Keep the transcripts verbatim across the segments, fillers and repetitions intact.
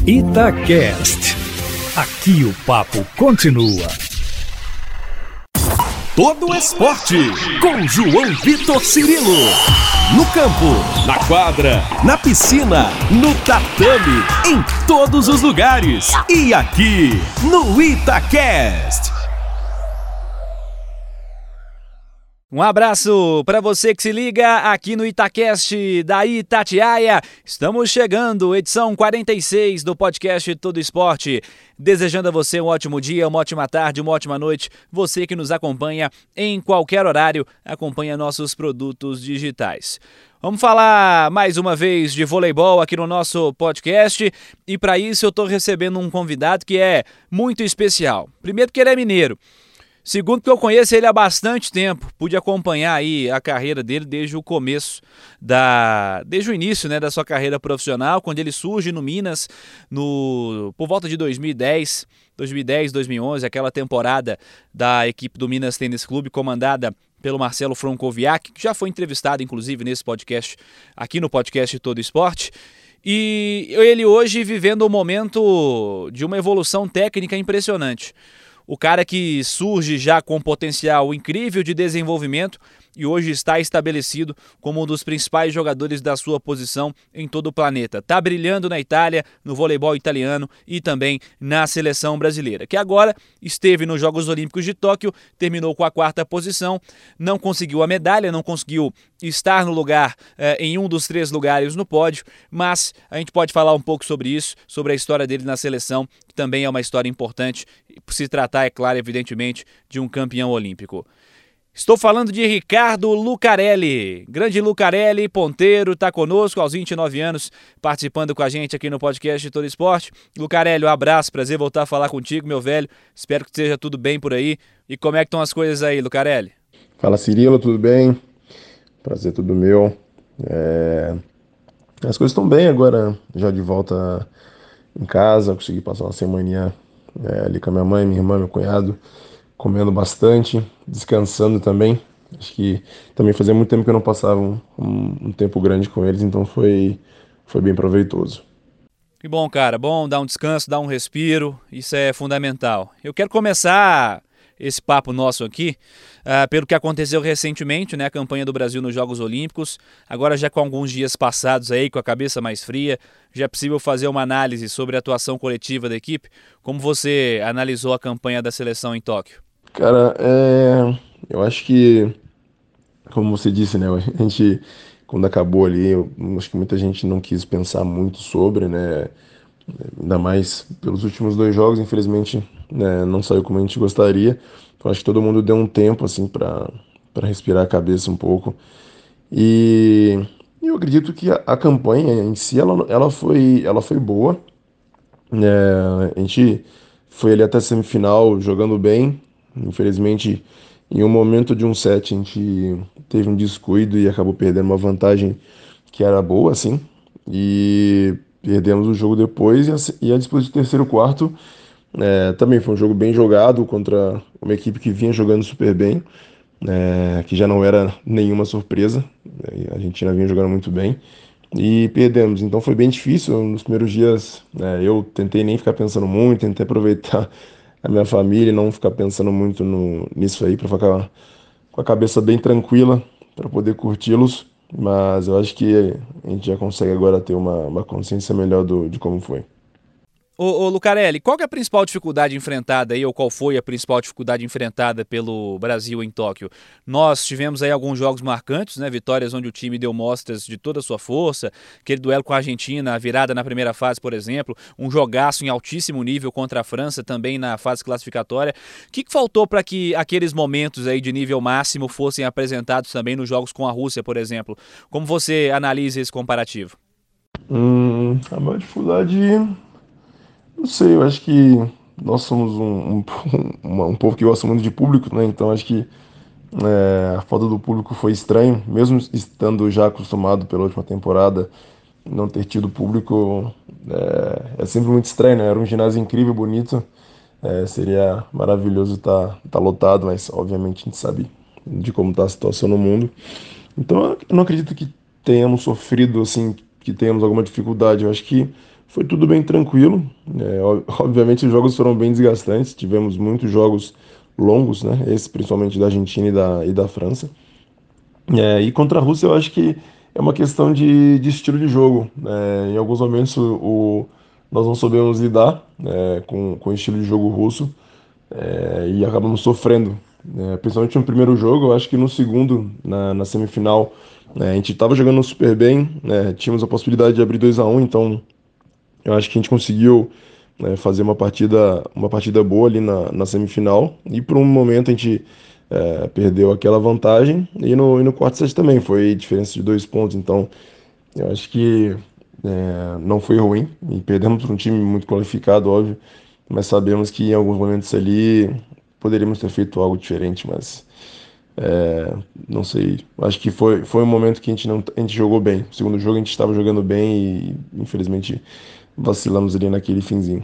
Itacast. Aqui o papo continua. Todo esporte com João Vitor Cirilo. No campo, na quadra, na piscina, no tatame, em todos os lugares. E aqui no Itacast. Um abraço para você que se liga aqui no Itacast da Itatiaia. Estamos chegando, edição quarenta e seis do podcast Todo Esporte. Desejando a você um ótimo dia, uma ótima tarde, uma ótima noite. Você que nos acompanha em qualquer horário, acompanha nossos produtos digitais. Vamos falar mais uma vez de voleibol aqui no nosso podcast. E para isso eu estou recebendo um convidado que é muito especial. Primeiro porque ele é mineiro. Segundo, que eu conheço ele há bastante tempo, pude acompanhar aí a carreira dele desde o começo, da, desde o início, né, da sua carreira profissional, quando ele surge no Minas, no, por volta de dois mil e dez, dois mil e dez, dois mil e onze, aquela temporada da equipe do Minas Tênis Clube, comandada pelo Marcelo Francoviac, que já foi entrevistado, inclusive, nesse podcast, aqui no podcast Todo Esporte. E ele hoje vivendo um momento de uma evolução técnica impressionante. O cara que surge já com um potencial incrível de desenvolvimento e hoje está estabelecido como um dos principais jogadores da sua posição em todo o planeta. Está brilhando na Itália, no voleibol italiano e também na seleção brasileira, que agora esteve nos Jogos Olímpicos de Tóquio, terminou com a quarta posição, não conseguiu a medalha, não conseguiu estar no lugar, eh, em um dos três lugares no pódio, mas a gente pode falar um pouco sobre isso, sobre a história dele na seleção, que também é uma história importante, por se tratar, é claro, evidentemente, de um campeão olímpico. Estou falando de Ricardo Lucarelli. Grande Lucarelli, ponteiro, está conosco aos vinte e nove anos, participando com a gente aqui no podcast Todo Esporte. Lucarelli, um abraço, prazer voltar a falar contigo, meu velho. Espero que esteja tudo bem por aí. E como é que estão as coisas aí, Lucarelli? Fala, Cirilo, tudo bem? Prazer tudo meu. É... As coisas estão bem agora, já de volta em casa. Consegui passar uma semaninha é, ali com a minha mãe, minha irmã, meu cunhado, comendo bastante, descansando também. Acho que também fazia muito tempo que eu não passava um, um, um tempo grande com eles, então foi, foi bem proveitoso. Que bom, cara. Bom dar um descanso, dar um respiro. Isso é fundamental. Eu quero começar esse papo nosso aqui uh, pelo que aconteceu recentemente, né? A campanha do Brasil nos Jogos Olímpicos. Agora já com alguns dias passados aí, com a cabeça mais fria, já é possível fazer uma análise sobre a atuação coletiva da equipe. Como você analisou a campanha da seleção em Tóquio? Cara, é... eu acho que, como você disse, né? A gente, quando acabou ali, eu acho que muita gente não quis pensar muito sobre, né? Ainda mais pelos últimos dois jogos, infelizmente, né, não saiu como a gente gostaria. Então acho que todo mundo deu um tempo assim para para respirar a cabeça um pouco. E eu acredito que a, a campanha em si ela, ela foi ela foi boa. É, a gente foi ali até a semifinal jogando bem. Infelizmente, em um momento de um set a gente teve um descuido e acabou perdendo uma vantagem que era boa, assim. E perdemos o jogo depois, e a, e a disputa de terceiro quarto é, também foi um jogo bem jogado contra uma equipe que vinha jogando super bem, é, que já não era nenhuma surpresa. É, a Argentina vinha jogando muito bem e perdemos. Então foi bem difícil nos primeiros dias. É, eu tentei nem ficar pensando muito, tentei aproveitar a minha família e não ficar pensando muito no, nisso aí, para ficar com a cabeça bem tranquila, para poder curti-los. Mas eu acho que a gente já consegue agora ter uma, uma consciência melhor do, de como foi. Ô, ô Lucarelli, qual que é a principal dificuldade enfrentada aí, ou qual foi a principal dificuldade enfrentada pelo Brasil em Tóquio? Nós tivemos aí alguns jogos marcantes, né? Vitórias onde o time deu mostras de toda a sua força, aquele duelo com a Argentina, a virada na primeira fase, por exemplo, um jogaço em altíssimo nível contra a França também na fase classificatória. O que, que faltou para que aqueles momentos aí de nível máximo fossem apresentados também nos jogos com a Rússia, por exemplo? Como você analisa esse comparativo? Hum, a maior dificuldade... Não sei, eu acho que nós somos um, um, um, um povo que gosta muito de público, né? Então acho que é, a falta do público foi estranho, mesmo estando já acostumado pela última temporada, não ter tido público é, é sempre muito estranho, né? Era um ginásio incrível, bonito, é, seria maravilhoso estar tá, tá lotado, mas obviamente a gente sabe de como está a situação no mundo. Então eu não acredito que tenhamos sofrido, assim, que tenhamos alguma dificuldade. Eu acho que foi tudo bem tranquilo. É, ob- obviamente os jogos foram bem desgastantes, tivemos muitos jogos longos, né? Esse principalmente da Argentina e da, e da França. É, e contra a Rússia eu acho que é uma questão de, de estilo de jogo. É, em alguns momentos o, o- nós não soubemos lidar, é, com, com o estilo de jogo russo, é, e acabamos sofrendo. É, principalmente no primeiro jogo, eu acho que no segundo, na, na semifinal, né, a gente estava jogando super bem, né, tínhamos a possibilidade de abrir dois a um, então eu acho que a gente conseguiu, né, fazer uma partida, uma partida boa ali na, na semifinal. E por um momento a gente, é, perdeu aquela vantagem. E no, e no quarto set também foi diferença de dois pontos. Então eu acho que, é, não foi ruim. E perdemos para um time muito qualificado, óbvio. Mas sabemos que em alguns momentos ali poderíamos ter feito algo diferente. Mas é, não sei. Acho que foi, foi um momento que a gente, não, a gente jogou bem. No segundo jogo a gente estava jogando bem e infelizmente vacilamos ali naquele finzinho.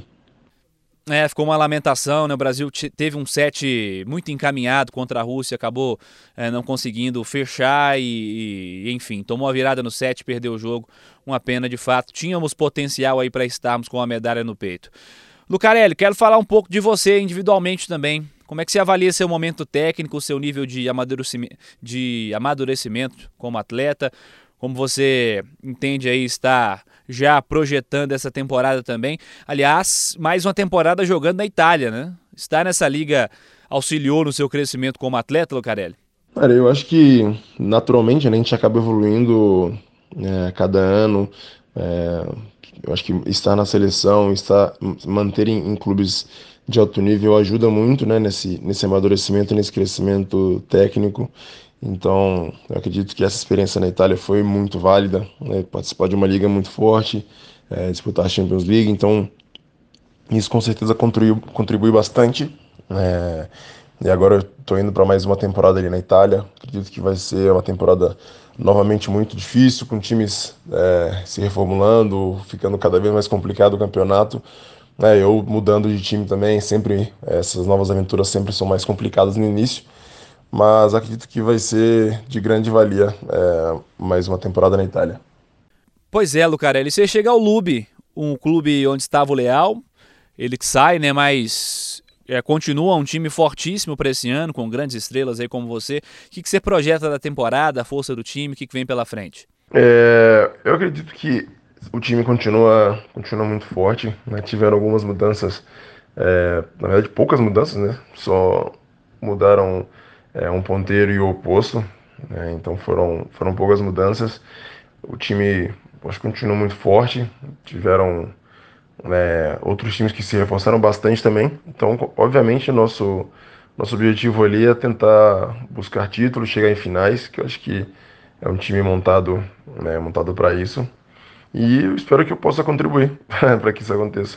É, ficou uma lamentação, né? O Brasil te- teve um set muito encaminhado contra a Rússia, acabou é, não conseguindo fechar e, e, enfim, tomou a virada no set, perdeu o jogo. Uma pena, de fato. Tínhamos potencial aí para estarmos com a medalha no peito. Lucarelli, quero falar um pouco de você individualmente também. Como é que você avalia seu momento técnico, seu nível de amadurecimento, de amadurecimento como atleta? Como você entende aí estar já projetando essa temporada também? Aliás, mais uma temporada jogando na Itália, né? Estar nessa liga auxiliou no seu crescimento como atleta, Lucarelli? Cara, eu acho que naturalmente, né, a gente acaba evoluindo, né, a cada ano. É, eu acho que estar na seleção, estar, manter em, em clubes de alto nível ajuda muito, né, nesse, nesse amadurecimento, nesse crescimento técnico. Então, eu acredito que essa experiência na Itália foi muito válida, né, participar de uma liga muito forte, é, disputar a Champions League. Então, isso com certeza contribui, contribui bastante. É, e agora eu estou indo para mais uma temporada ali na Itália. Acredito que vai ser uma temporada novamente muito difícil, com times, é, se reformulando, ficando cada vez mais complicado o campeonato. É, eu mudando de time também, sempre essas novas aventuras sempre são mais complicadas no início, mas acredito que vai ser de grande valia, é, mais uma temporada na Itália. Pois é, Lucarelli, você chega ao Lubi, um clube onde estava o Leal, ele que sai, né, mas é, continua um time fortíssimo para esse ano, com grandes estrelas aí como você. O que, que você projeta da temporada, a força do time, o que, que vem pela frente? É, eu acredito que o time continua, continua muito forte, né? Tiveram algumas mudanças, é, na verdade poucas mudanças, né? Só mudaram, é, um ponteiro e o oposto, né? Então foram, foram poucas mudanças. O time, acho que continua muito forte. Tiveram, é, outros times que se reforçaram bastante também. Então, co- obviamente, nosso, nosso objetivo ali é tentar buscar títulos, chegar em finais, que eu acho que é um time montado, né, montado para isso. E eu espero que eu possa contribuir para que isso aconteça.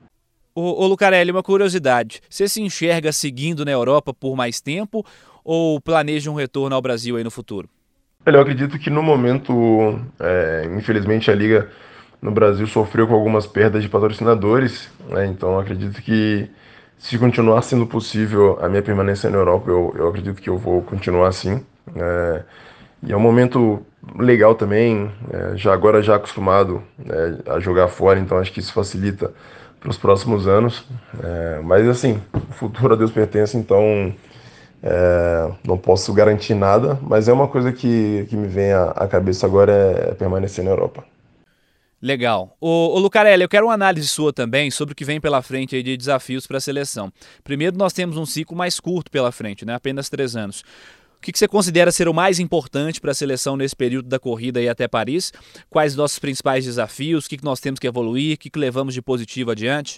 Ô, ô Lucarelli, uma curiosidade, você se enxerga seguindo na Europa por mais tempo ou planeja um retorno ao Brasil aí no futuro? Olha, eu acredito que no momento, é, infelizmente, a Liga no Brasil sofreu com algumas perdas de patrocinadores, né? Então, eu acredito que se continuar sendo possível a minha permanência na Europa, eu, eu acredito que eu vou continuar assim. É, e é um momento legal também, é, já agora já acostumado, né, a jogar fora, então acho que isso facilita para os próximos anos. É, mas assim, o futuro a Deus pertence, então é, não posso garantir nada, mas é uma coisa que, que me vem à, à cabeça agora é, é permanecer na Europa. Legal. Ô, ô Lucarelli, eu quero uma análise sua também sobre o que vem pela frente aí de desafios para a seleção. Primeiro, nós temos um ciclo mais curto pela frente, né? Apenas três anos. O que que você considera ser o mais importante para a seleção nesse período da corrida aí até Paris? Quais nossos principais desafios? O que que nós temos que evoluir? O que que levamos de positivo adiante?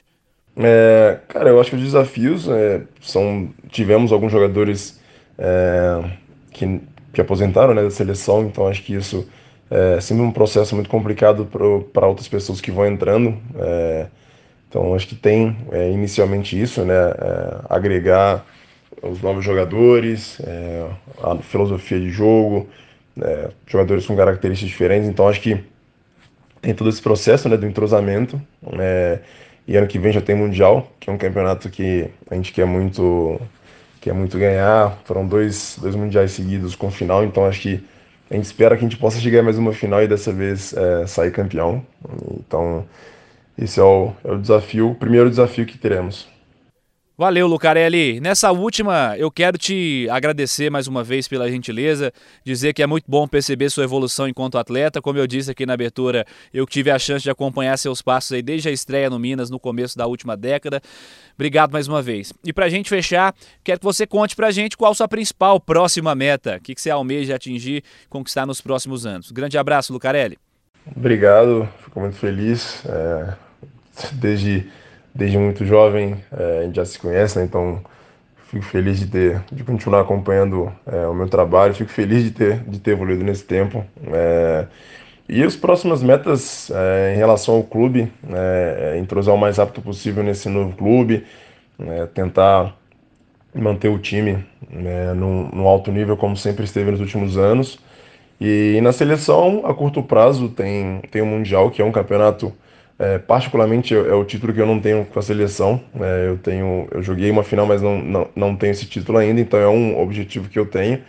É, cara, eu acho que os desafios, é, são. Tivemos alguns jogadores, é, que, que aposentaram, né, da seleção, então acho que isso é sempre um processo muito complicado para outras pessoas que vão entrando. É, então acho que tem, é, inicialmente isso, né, é, agregar os novos jogadores, é, a filosofia de jogo, né, jogadores com características diferentes. Então acho que tem todo esse processo, né, do entrosamento. É, e ano que vem já tem Mundial, que é um campeonato que a gente quer muito, quer muito ganhar. Foram dois, dois mundiais seguidos com final, então acho que a gente espera que a gente possa chegar a mais uma final e dessa vez, é, sair campeão. Então esse é o, é o desafio, o primeiro desafio que teremos. Valeu, Lucarelli. Nessa última, eu quero te agradecer mais uma vez pela gentileza, dizer que é muito bom perceber sua evolução enquanto atleta. Como eu disse aqui na abertura, eu tive a chance de acompanhar seus passos aí desde a estreia no Minas, no começo da última década. Obrigado mais uma vez. E pra gente fechar, quero que você conte pra gente qual a sua principal próxima meta, o que, que você almeja atingir, conquistar nos próximos anos. Grande abraço, Lucarelli. Obrigado, fico muito feliz. É, desde... Desde muito jovem, é, a gente já se conhece, né? Então fico feliz de ter, de continuar acompanhando é, o meu trabalho, fico feliz de ter, de ter evoluído nesse tempo. É, e as próximas metas é, em relação ao clube, é, é entrosar o mais rápido possível nesse novo clube, é, tentar manter o time né, no, no alto nível como sempre esteve nos últimos anos. E na seleção, a curto prazo, tem, tem o Mundial, que é um campeonato. É, particularmente é o título que eu não tenho com a seleção. É, eu tenho, eu joguei uma final, mas não, não, não tenho esse título ainda, então é um objetivo que eu tenho.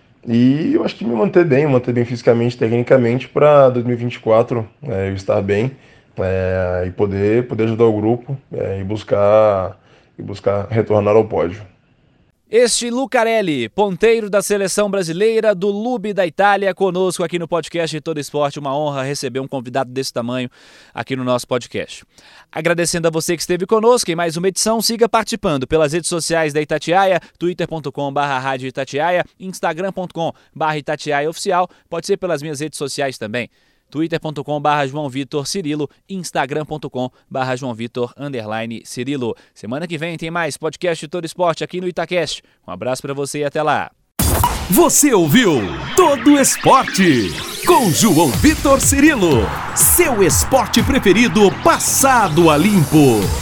E eu acho que me manter bem, manter bem fisicamente, tecnicamente, para dois mil e vinte e quatro é, eu estar bem é, e poder, poder ajudar o grupo é, e buscar, e buscar retornar ao pódio. Este Lucarelli, ponteiro da seleção brasileira do Lubi da Itália, conosco aqui no podcast de Todo Esporte. Uma honra receber um convidado desse tamanho aqui no nosso podcast. Agradecendo a você que esteve conosco em mais uma edição, siga participando pelas redes sociais da Itatiaia, twitter ponto com barra rádio Itatiaia, instagram ponto com barra Itatiaia oficial, pode ser pelas minhas redes sociais também. twitter ponto com barra João Vitor Cirilo, instagram ponto com barra João Vitor underline Cirilo. Semana que vem tem mais podcast de Todo Esporte aqui no Itacast. Um abraço pra você e até lá. Você ouviu Todo Esporte com João Vitor Cirilo, seu esporte preferido passado a limpo.